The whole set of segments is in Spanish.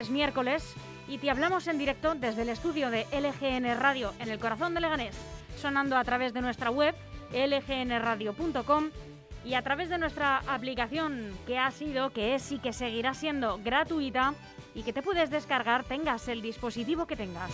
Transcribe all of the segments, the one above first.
Es miércoles y te hablamos en directo desde el estudio de LGN Radio en el corazón de Leganés, sonando a través de nuestra web lgnradio.com y a través de nuestra aplicación que ha sido, que es y que seguirá siendo gratuita y que te puedes descargar tengas el dispositivo que tengas.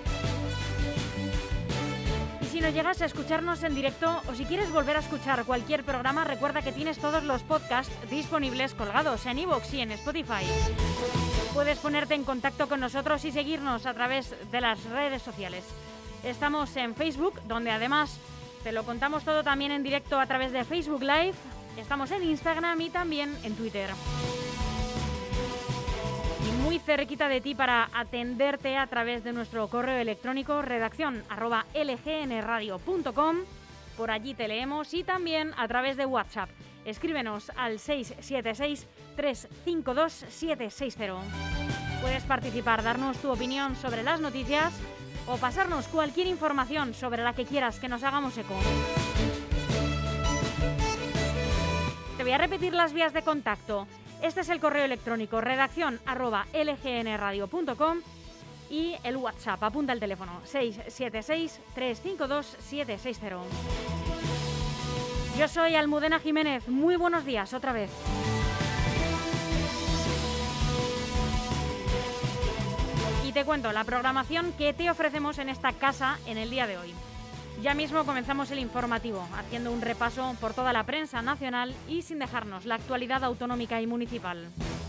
Y si no llegas a escucharnos en directo o si quieres volver a escuchar cualquier programa, recuerda que tienes todos los podcasts disponibles colgados en iVoox y en Spotify. Puedes ponerte en contacto con nosotros y seguirnos a través de las redes sociales. Estamos en Facebook, donde además te lo contamos todo también en directo a través de Facebook Live. Estamos en Instagram y también en Twitter. Y muy cerquita de ti para atenderte a través de nuestro correo electrónico redacción@lgnradio.com. Por allí te leemos y también a través de WhatsApp. Escríbenos al 676-352-760. Puedes participar, darnos tu opinión sobre las noticias o pasarnos cualquier información sobre la que quieras que nos hagamos eco. Te voy a repetir las vías de contacto. Este es el correo electrónico redacción@lgnradio.com y el WhatsApp. Apunta el teléfono 676-352-760. Yo soy Almudena Jiménez. Muy buenos días otra vez. Y te cuento la programación que te ofrecemos en esta casa en el día de hoy. Ya mismo comenzamos el informativo, haciendo un repaso por toda la prensa nacional y sin dejarnos la actualidad autonómica y municipal.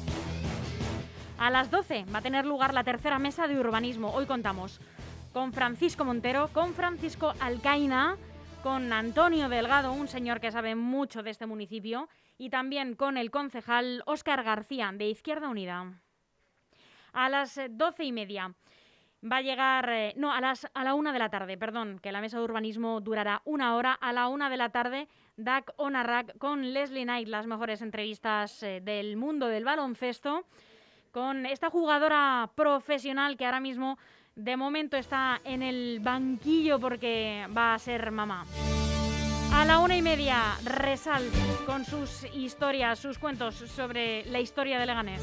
A las 12 va a tener lugar la tercera mesa de urbanismo. Hoy contamos con Francisco Montero, con Francisco Alcaina, con Antonio Delgado, un señor que sabe mucho de este municipio, y también con el concejal Óscar García, de Izquierda Unida. A las 12:30 va a llegar, a la 1 de la tarde, perdón, que la mesa de urbanismo durará una hora. A la 1 de la tarde, DAC Onarrac con Leslie Knight, las mejores entrevistas del mundo del baloncesto, con esta jugadora profesional que ahora mismo de momento está en el banquillo porque va a ser mamá. A la 1:30, Resal con sus historias, sus cuentos sobre la historia de Leganés.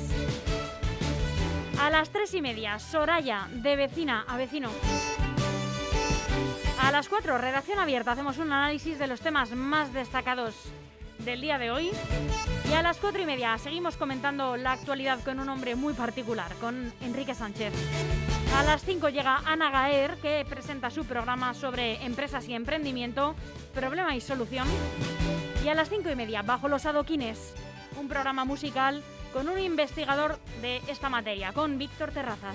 A las 3:30, Soraya, de vecina a vecino. A las 4, redacción abierta, hacemos un análisis de los temas más destacados del día de hoy. Y a las 4:30 seguimos comentando la actualidad con un hombre muy particular, con Enrique Sánchez. A las 5 llega Ana Gaer, que presenta su programa sobre empresas y emprendimiento, Problema y Solución. Y a las 5:30, Bajo los adoquines, un programa musical con un investigador de esta materia, con Víctor Terrazas.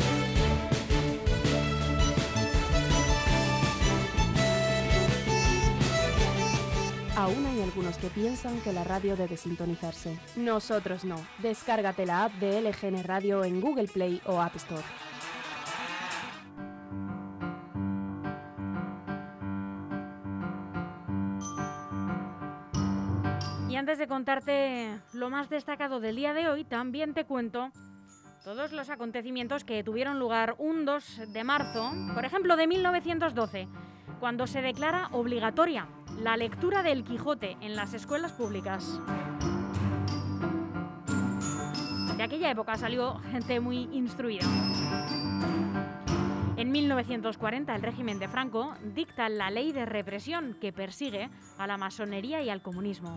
Aún hay algunos que piensan que la radio debe sintonizarse. Nosotros no. Descárgate la app de LGN Radio en Google Play o App Store. Y antes de contarte lo más destacado del día de hoy, también te cuento todos los acontecimientos que tuvieron lugar un 2 de marzo, por ejemplo, de 1912, cuando se declara obligatoria la lectura del Quijote en las escuelas públicas. De aquella época salió gente muy instruida. En 1940, el régimen de Franco dicta la ley de represión que persigue a la masonería y al comunismo.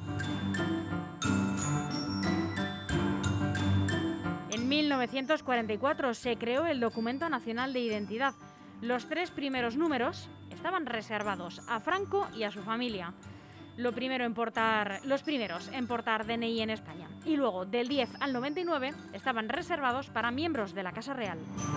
En 1944 se creó el Documento Nacional de Identidad. Los 3 primeros números estaban reservados a Franco y a su familia. Los primeros en portar DNI en España. Y luego, del 10 al 99, estaban reservados para miembros de la Casa Real.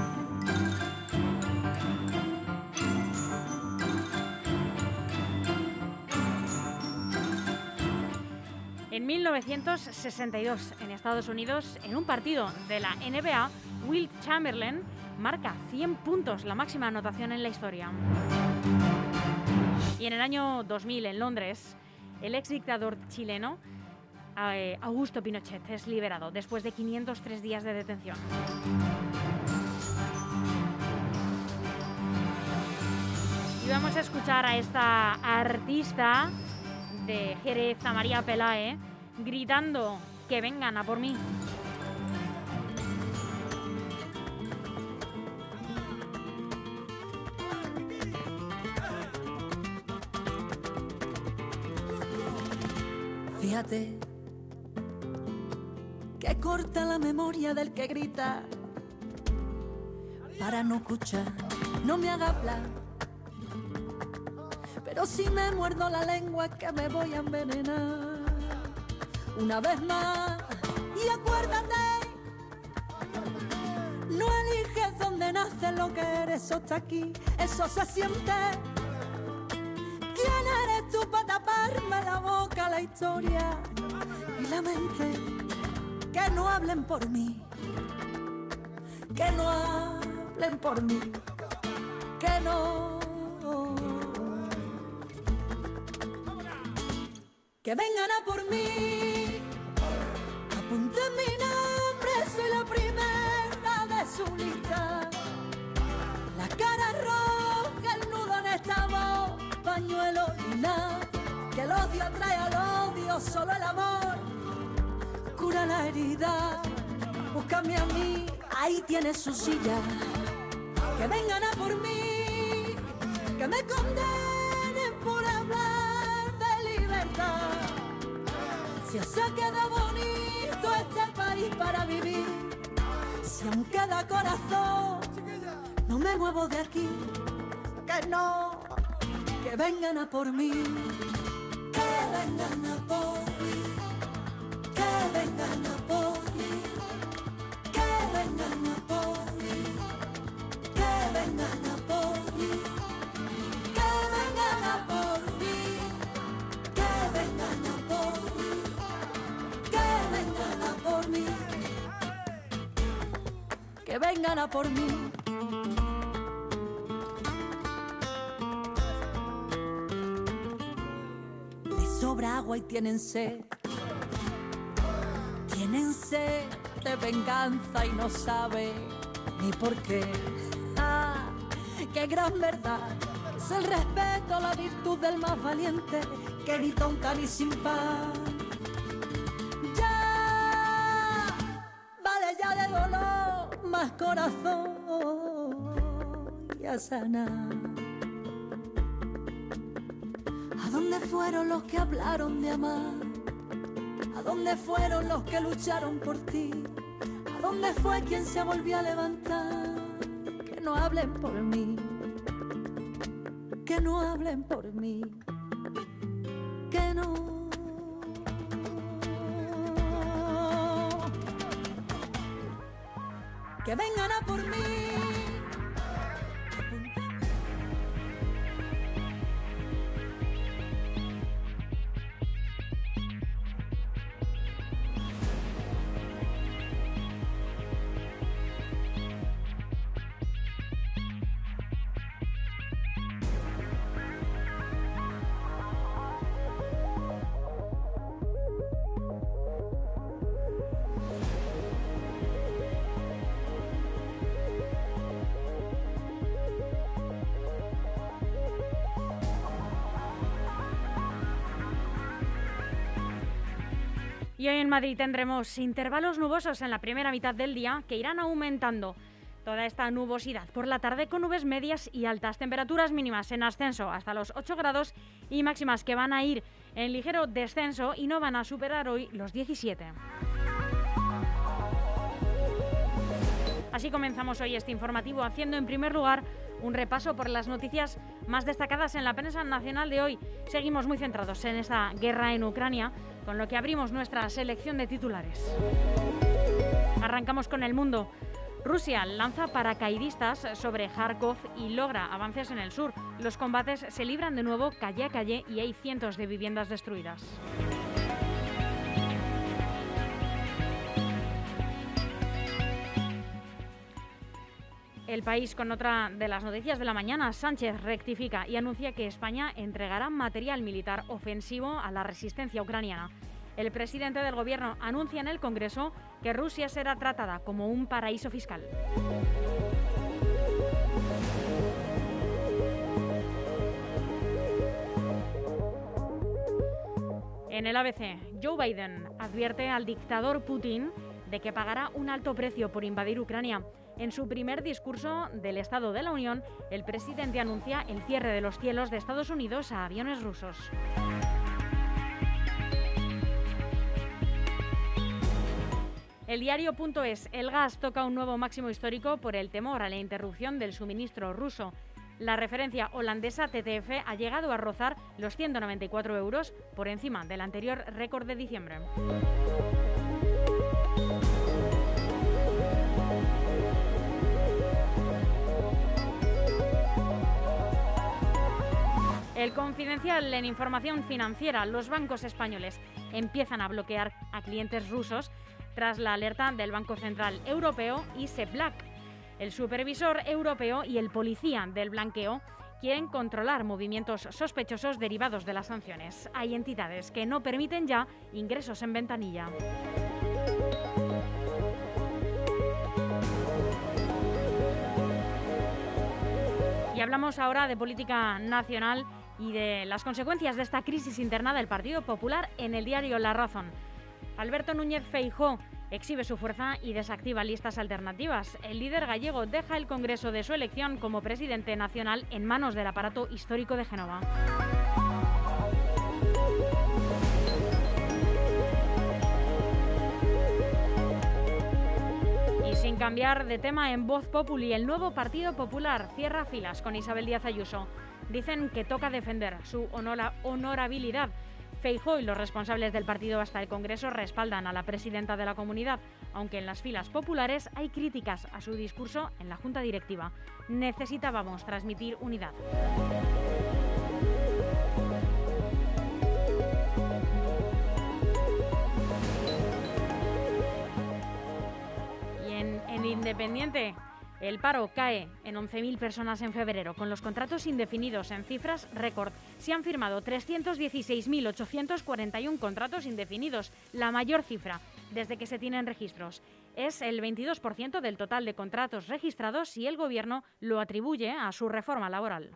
En 1962, en Estados Unidos, en un partido de la NBA, Wilt Chamberlain marca 100 puntos, la máxima anotación en la historia. Y en el año 2000, en Londres, el exdictador chileno Augusto Pinochet es liberado después de 503 días de detención. Y vamos a escuchar a esta artista de Jerez, a María Pelae, gritando que vengan a por mí. Fíjate que corta la memoria del que grita para no escuchar, no me haga hablar. Pero si me muerdo la lengua es que me voy a envenenar. Una vez más, y acuérdate, no eliges dónde nace lo que eres, eso está aquí, eso se siente. ¿Quién eres tú para taparme la boca, la historia y la mente? Que no hablen por mí, que no hablen por mí, que no. Que vengan a por mí, apunten mi nombre, soy la primera de su lista. La cara roja, el nudo en esta voz, pañuelo y nada. Que el odio atrae al odio, solo el amor cura la herida. Búscame a mí, ahí tienes su silla. Que vengan a por mí, que me condenen por hablar de libertad. Si se queda bonito este país para vivir, si aún queda corazón, no me muevo de aquí. Que no, que vengan a por mí, que vengan a por mí, que vengan a por mí, que vengan a por mí, que vengan a por mí, que vengan a por mí, que vengan a por mí, que vengan a por mí, que vengan a por mí. Les sobra agua y tienen sed de venganza y no saben ni por qué. Ah, qué gran verdad es el respeto, la virtud del más valiente, que ni tonta ni sin pan. Ya, vale ya de dolor, más corazón y a sanar. ¿A dónde fueron los que hablaron de amar? ¿A dónde fueron los que lucharon por ti? ¿A dónde fue quien se volvió a levantar? Que no hablen por mí, que no hablen por mí, que no. Que vengan a por mí. Y hoy en Madrid tendremos intervalos nubosos en la primera mitad del día que irán aumentando toda esta nubosidad por la tarde con nubes medias y altas, temperaturas mínimas en ascenso hasta los 8 grados y máximas que van a ir en ligero descenso y no van a superar hoy los 17. Así comenzamos hoy este informativo haciendo en primer lugar un repaso por las noticias más destacadas en la prensa nacional de hoy. Seguimos muy centrados en esta guerra en Ucrania, con lo que abrimos nuestra selección de titulares. Arrancamos con El Mundo. Rusia lanza paracaidistas sobre Kharkov y logra avances en el sur. Los combates se libran de nuevo calle a calle y hay cientos de viviendas destruidas. El País, con otra de las noticias de la mañana. Sánchez rectifica y anuncia que España entregará material militar ofensivo a la resistencia ucraniana. El presidente del Gobierno anuncia en el Congreso que Rusia será tratada como un paraíso fiscal. En el ABC, Joe Biden advierte al dictador Putin de que pagará un alto precio por invadir Ucrania. En su primer discurso del Estado de la Unión, el presidente anuncia el cierre de los cielos de Estados Unidos a aviones rusos. El diario.es, el gas toca un nuevo máximo histórico por el temor a la interrupción del suministro ruso. La referencia holandesa TTF ha llegado a rozar los 194 euros por encima del anterior récord de diciembre. El Confidencial, en información financiera, los bancos españoles empiezan a bloquear a clientes rusos tras la alerta del Banco Central Europeo y SEPLAC. El supervisor europeo y el policía del blanqueo quieren controlar movimientos sospechosos derivados de las sanciones. Hay entidades que no permiten ya ingresos en ventanilla. Y hablamos ahora de política nacional y de las consecuencias de esta crisis interna del Partido Popular en el diario La Razón. Alberto Núñez Feijóo exhibe su fuerza y desactiva listas alternativas. El líder gallego deja el Congreso de su elección como presidente nacional en manos del aparato histórico de Génova. Y sin cambiar de tema, en Voz Populi, el nuevo Partido Popular cierra filas con Isabel Díaz Ayuso. Dicen que toca defender su honorabilidad. Feijóo y los responsables del partido hasta el Congreso respaldan a la presidenta de la comunidad, aunque en las filas populares hay críticas a su discurso en la Junta Directiva. Necesitábamos transmitir unidad. Y en Independiente, el paro cae en 11.000 personas en febrero, con los contratos indefinidos en cifras récord. Se han firmado 316.841 contratos indefinidos, la mayor cifra desde que se tienen registros. Es el 22% del total de contratos registrados y el Gobierno lo atribuye a su reforma laboral.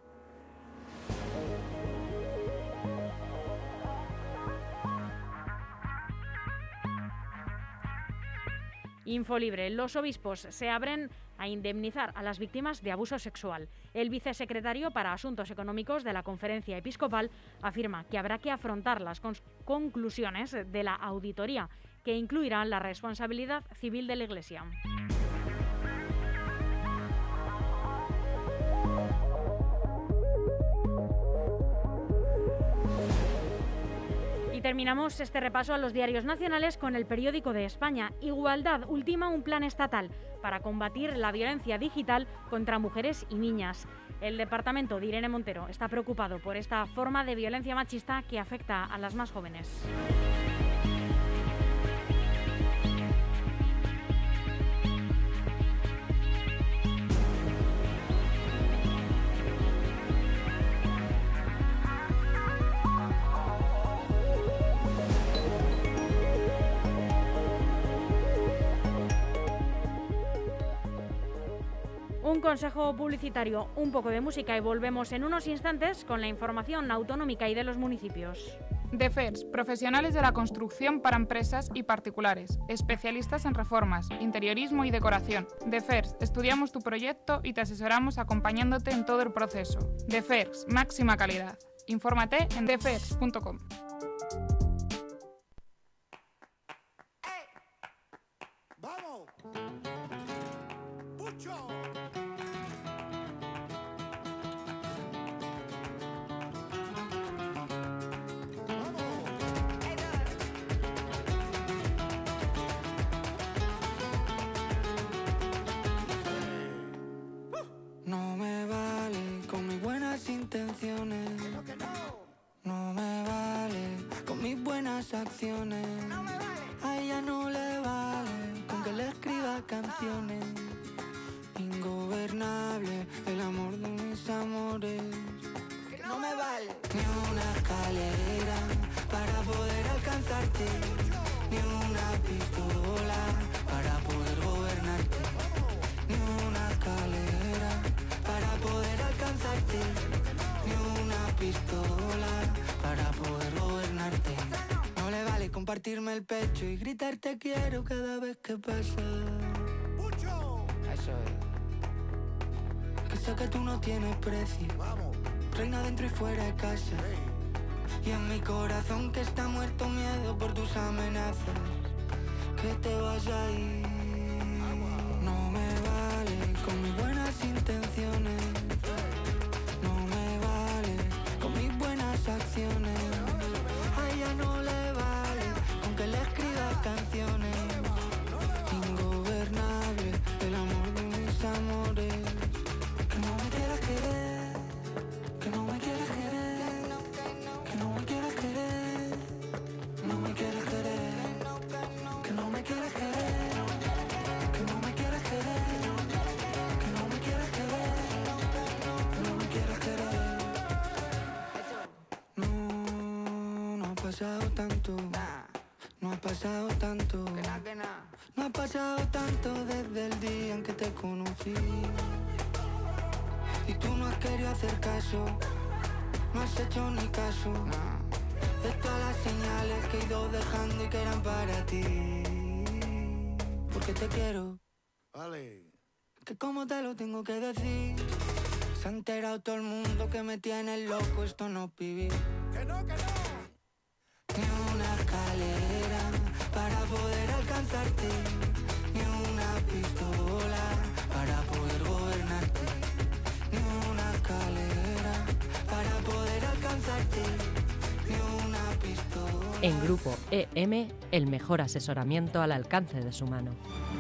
Infolibre. Los obispos se abren a indemnizar a las víctimas de abuso sexual. El vicesecretario para Asuntos Económicos de la Conferencia Episcopal afirma que habrá que afrontar las conclusiones de la auditoría, que incluirán la responsabilidad civil de la Iglesia. Y terminamos este repaso a los diarios nacionales con El Periódico de España. Igualdad ultima un plan estatal para combatir la violencia digital contra mujeres y niñas. El departamento de Irene Montero está preocupado por esta forma de violencia machista que afecta a las más jóvenes. Un consejo publicitario, un poco de música y volvemos en unos instantes con la información autonómica y de los municipios. DEFERS, profesionales de la construcción para empresas y particulares, especialistas en reformas, interiorismo y decoración. DEFERS, estudiamos tu proyecto y te asesoramos acompañándote en todo el proceso. DEFERS, máxima calidad. Infórmate en defers.com. ¡Vamos! ¡Pucho! No me vale con mis buenas intenciones. No me vale con mis buenas acciones. A ella no le vale con que le escriba canciones. Ingobernable el amor de mis amores. No me vale ni una escalera para poder alcanzarte, ni una pistola para poder gobernarte, ni una escalera para poder alcanzarte, ni una pistola para poder gobernarte. No le vale compartirme el pecho y gritar te quiero cada vez que pasa. Eso es. Que sé que tú no tienes precio, reina dentro y fuera de casa. Y en mi corazón que está muerto miedo por tus amenazas. que te vas a ir. No me vale con mis buenas intenciones, no me vale con mis buenas acciones. A ella no le vale con que le escribas canciones. Ingobernable el amor de mis amores. Que no me quieras querer, que no me quieras querer, que no me quieras querer, no me quieras querer, que no me quieras querer, que no me quieras querer, que no me quieras querer, que no me quieras querer. No ha pasado tanto, no ha pasado tanto, no ha pasado tanto desde el día en que te conocí. Y tú no has querido hacer caso, no has hecho ni caso de todas las señales que he ido dejando y que eran para ti. Porque te quiero, Vale. que como te lo tengo que decir, se ha enterado todo el mundo que me tiene loco, esto no es vivir. Que no, que no. Ni una escalera para poder alcanzarte, ni una pistola para poder gobernarte, ni una escalera para poder alcanzarte, ni una pistola. En Grupo EM, el mejor asesoramiento al alcance de su mano.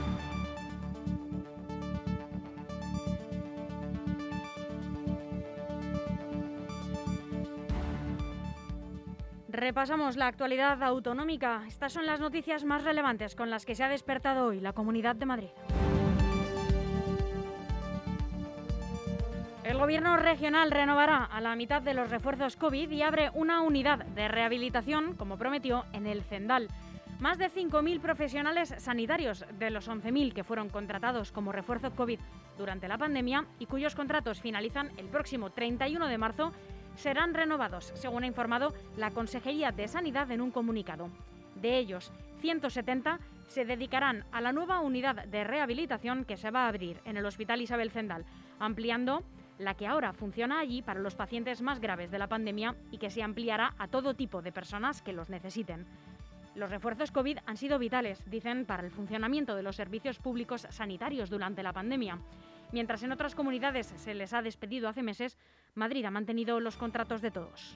Repasamos la actualidad autonómica. Estas son las noticias más relevantes con las que se ha despertado hoy la Comunidad de Madrid. El Gobierno regional renovará a la mitad de los refuerzos COVID y abre una unidad de rehabilitación, como prometió, en el Zendal. Más de 5.000 profesionales sanitarios de los 11.000 que fueron contratados como refuerzo COVID durante la pandemia y cuyos contratos finalizan el próximo 31 de marzo serán renovados, según ha informado la Consejería de Sanidad en un comunicado. De ellos, 170 se dedicarán a la nueva unidad de rehabilitación que se va a abrir en el Hospital Isabel Zendal, ampliando la que ahora funciona allí para los pacientes más graves de la pandemia y que se ampliará a todo tipo de personas que los necesiten. Los refuerzos COVID han sido vitales, dicen, para el funcionamiento de los servicios públicos sanitarios durante la pandemia. Mientras en otras comunidades se les ha despedido hace meses, Madrid ha mantenido los contratos de todos.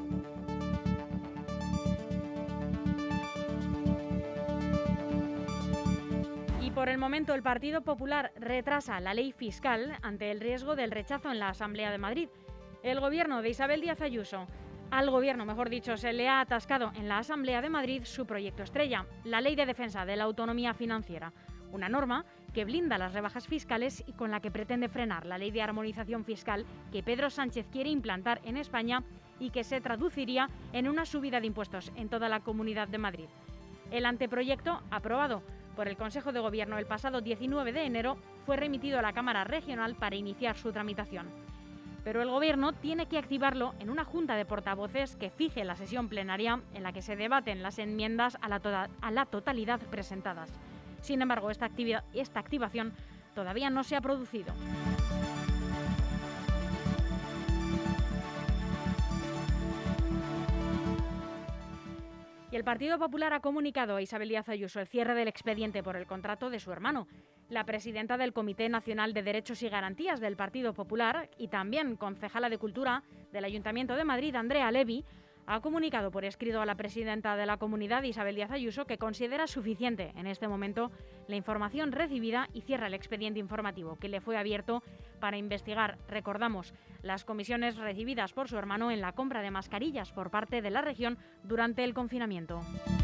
Y por el momento el Partido Popular retrasa la ley fiscal ante el riesgo del rechazo en la Asamblea de Madrid. El gobierno de Isabel Díaz Ayuso, al gobierno, mejor dicho, se le ha atascado en la Asamblea de Madrid su proyecto estrella, la Ley de Defensa de la Autonomía Financiera, una norma que blinda las rebajas fiscales y con la que pretende frenar la ley de armonización fiscal que Pedro Sánchez quiere implantar en España y que se traduciría en una subida de impuestos en toda la Comunidad de Madrid. El anteproyecto, aprobado por el Consejo de Gobierno el pasado 19 de enero, fue remitido a la Cámara Regional para iniciar su tramitación. Pero el Gobierno tiene que activarlo en una junta de portavoces que fije la sesión plenaria en la que se debaten las enmiendas a la totalidad presentadas. Sin embargo, esta activación todavía no se ha producido. Y el Partido Popular ha comunicado a Isabel Díaz Ayuso el cierre del expediente por el contrato de su hermano. La presidenta del Comité Nacional de Derechos y Garantías del Partido Popular y también concejala de Cultura del Ayuntamiento de Madrid, Andrea Levy, ha comunicado por escrito a la presidenta de la comunidad, Isabel Díaz Ayuso, que considera suficiente en este momento la información recibida y cierra el expediente informativo que le fue abierto para investigar, recordamos, las comisiones recibidas por su hermano en la compra de mascarillas por parte de la región durante el confinamiento.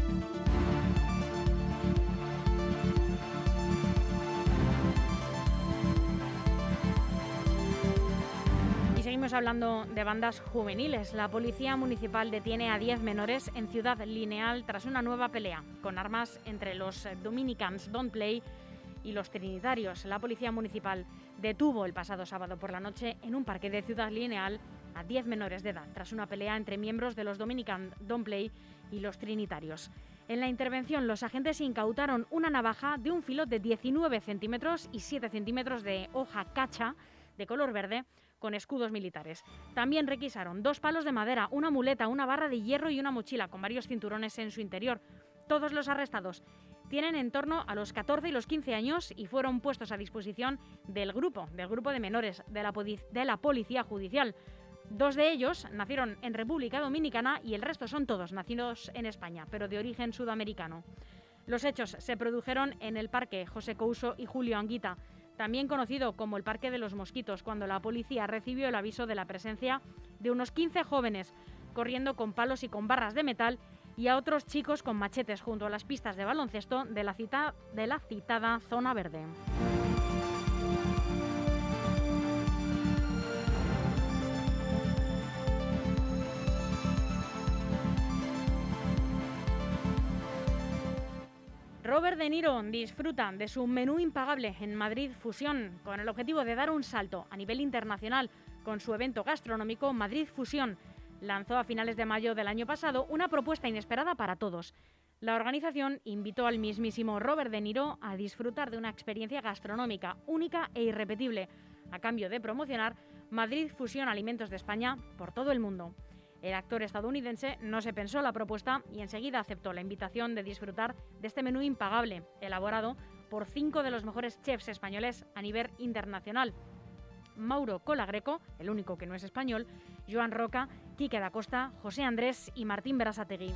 Seguimos hablando de bandas juveniles. La Policía Municipal detiene a 10 menores en Ciudad Lineal tras una nueva pelea con armas entre los Dominicans Don't Play y los Trinitarios. La Policía Municipal detuvo el pasado sábado por la noche en un parque de Ciudad Lineal a 10 menores de edad tras una pelea entre miembros de los Dominican Don't Play y los Trinitarios. En la intervención, los agentes incautaron una navaja de un filo de 19 centímetros y 7 centímetros de hoja cacha de color verde con escudos militares. También requisaron 2 palos de madera, una muleta, una barra de hierro y una mochila con varios cinturones en su interior. Todos los arrestados tienen en torno a los 14 y los 15 años y fueron puestos a disposición del grupo de menores de la Policía Judicial. 2 de ellos nacieron en República Dominicana y el resto son todos nacidos en España, pero de origen sudamericano. Los hechos se produjeron en el Parque José Couso y Julio Anguita, también conocido como el Parque de los Mosquitos, cuando la policía recibió el aviso de la presencia de unos 15 jóvenes corriendo con palos y con barras de metal y a otros chicos con machetes junto a las pistas de baloncesto de la citada zona verde. Robert De Niro disfruta de su menú impagable en Madrid Fusión, con el objetivo de dar un salto a nivel internacional con su evento gastronómico Madrid Fusión. Lanzó a finales de mayo del año pasado una propuesta inesperada para todos. La organización invitó al mismísimo Robert De Niro a disfrutar de una experiencia gastronómica única e irrepetible, a cambio de promocionar Madrid Fusión Alimentos de España por todo el mundo. El actor estadounidense no se pensó la propuesta y enseguida aceptó la invitación de disfrutar de este menú impagable, elaborado por 5 de los mejores chefs españoles a nivel internacional. Mauro Colagreco, el único que no es español, Joan Roca, Quique da Costa, José Andrés y Martín Berasategui.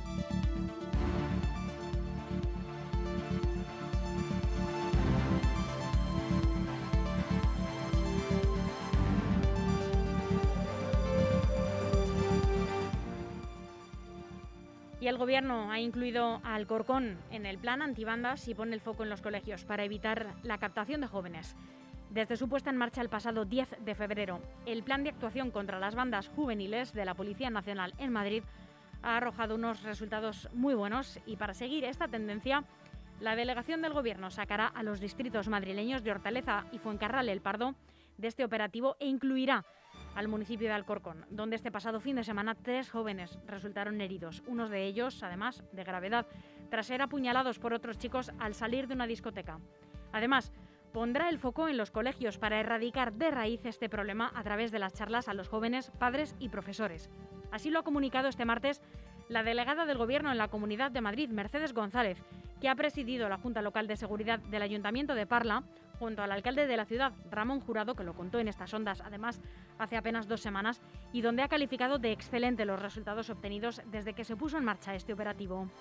Y el Gobierno ha incluido a Alcorcón en el plan antibandas y pone el foco en los colegios para evitar la captación de jóvenes. Desde su puesta en marcha el pasado 10 de febrero, el plan de actuación contra las bandas juveniles de la Policía Nacional en Madrid ha arrojado unos resultados muy buenos y para seguir esta tendencia, la delegación del Gobierno sacará a los distritos madrileños de Hortaleza y Fuencarral el Pardo de este operativo e incluirá al municipio de Alcorcón, donde este pasado fin de semana 3 jóvenes resultaron heridos, unos de ellos, además, de gravedad, tras ser apuñalados por otros chicos al salir de una discoteca. Además, pondrá el foco en los colegios para erradicar de raíz este problema a través de las charlas a los jóvenes, padres y profesores. Así lo ha comunicado este martes la delegada del Gobierno en la Comunidad de Madrid, Mercedes González, que ha presidido la Junta Local de Seguridad del Ayuntamiento de Parla, junto al alcalde de la ciudad, Ramón Jurado, que lo contó en estas ondas, además, hace apenas 2 semanas, y donde ha calificado de excelente los resultados obtenidos desde que se puso en marcha este operativo.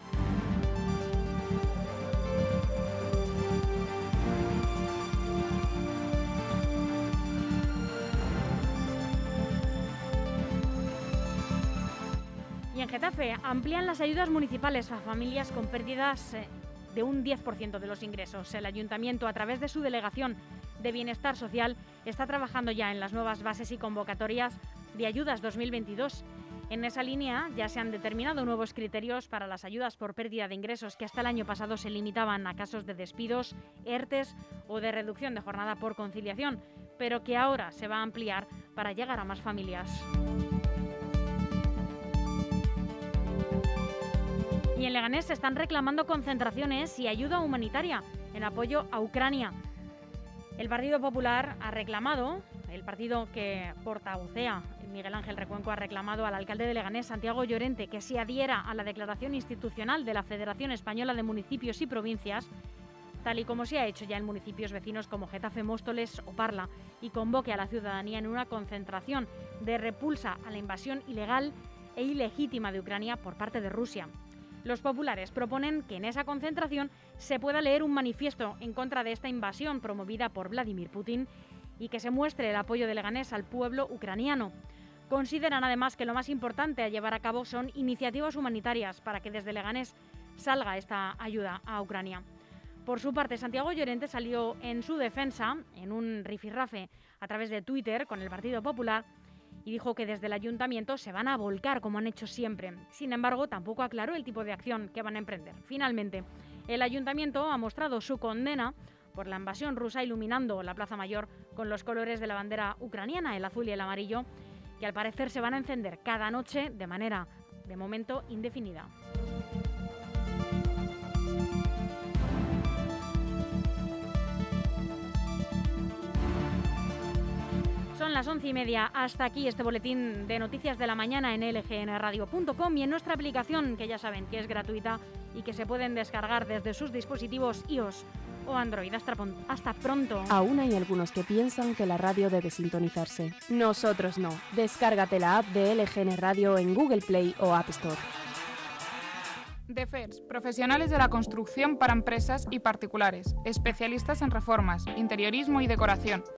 Y en Getafe amplían las ayudas municipales a familias con pérdidas de un 10% de los ingresos. El ayuntamiento, a través de su delegación de Bienestar Social, está trabajando ya en las nuevas bases y convocatorias de ayudas 2022. En esa línea ya se han determinado nuevos criterios para las ayudas por pérdida de ingresos que hasta el año pasado se limitaban a casos de despidos, ERTES o de reducción de jornada por conciliación, pero que ahora se va a ampliar para llegar a más familias. Y en Leganés se están reclamando concentraciones y ayuda humanitaria en apoyo a Ucrania. El Partido Popular ha reclamado, el partido que portavocea Miguel Ángel Recuenco, ha reclamado al alcalde de Leganés, Santiago Llorente, que se adhiera a la declaración institucional de la Federación Española de Municipios y Provincias, tal y como se ha hecho ya en municipios vecinos como Getafe, Móstoles o Parla, y convoque a la ciudadanía en una concentración de repulsa a la invasión ilegal e ilegítima de Ucrania por parte de Rusia. Los populares proponen que en esa concentración se pueda leer un manifiesto en contra de esta invasión promovida por Vladimir Putin y que se muestre el apoyo de Leganés al pueblo ucraniano. Consideran además que lo más importante a llevar a cabo son iniciativas humanitarias para que desde Leganés salga esta ayuda a Ucrania. Por su parte, Santiago Llorente salió en su defensa, en un rifirrafe a través de Twitter con el Partido Popular, y dijo que desde el ayuntamiento se van a volcar como han hecho siempre. Sin embargo, tampoco aclaró el tipo de acción que van a emprender. Finalmente, el ayuntamiento ha mostrado su condena por la invasión rusa, iluminando la Plaza Mayor con los colores de la bandera ucraniana, el azul y el amarillo, que al parecer se van a encender cada noche de manera, de momento, indefinida. Son Son las 11:30. Hasta aquí este boletín de noticias de la mañana en lgnradio.com y en nuestra aplicación, que ya saben que es gratuita y que se pueden descargar desde sus dispositivos iOS o Android. Hasta pronto. Aún hay algunos que piensan que la radio debe sintonizarse. Nosotros no. Descárgate la app de LGN Radio en Google Play o App Store. DEFERS, profesionales de la construcción para empresas y particulares, especialistas en reformas, interiorismo y decoración.